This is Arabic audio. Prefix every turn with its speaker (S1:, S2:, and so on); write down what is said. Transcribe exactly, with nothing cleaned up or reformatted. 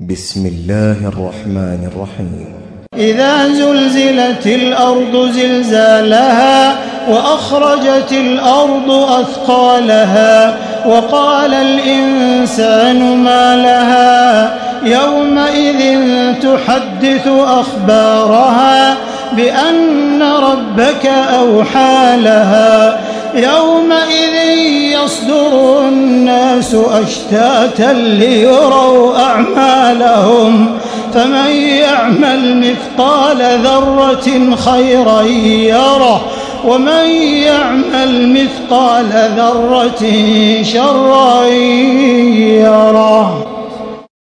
S1: بسم الله الرحمن الرحيم.
S2: إذا زلزلت الأرض زلزالها وأخرجت الأرض أثقالها وقال الإنسان ما لها يومئذ تحدث أخبارها بأن ربك أوحى لها يومئذ يصدر الناس أشتاتا ليروا أعمالهم فمن يعمل مثقال ذرة خيرا يره ومن يعمل مثقال ذرة شرا يره.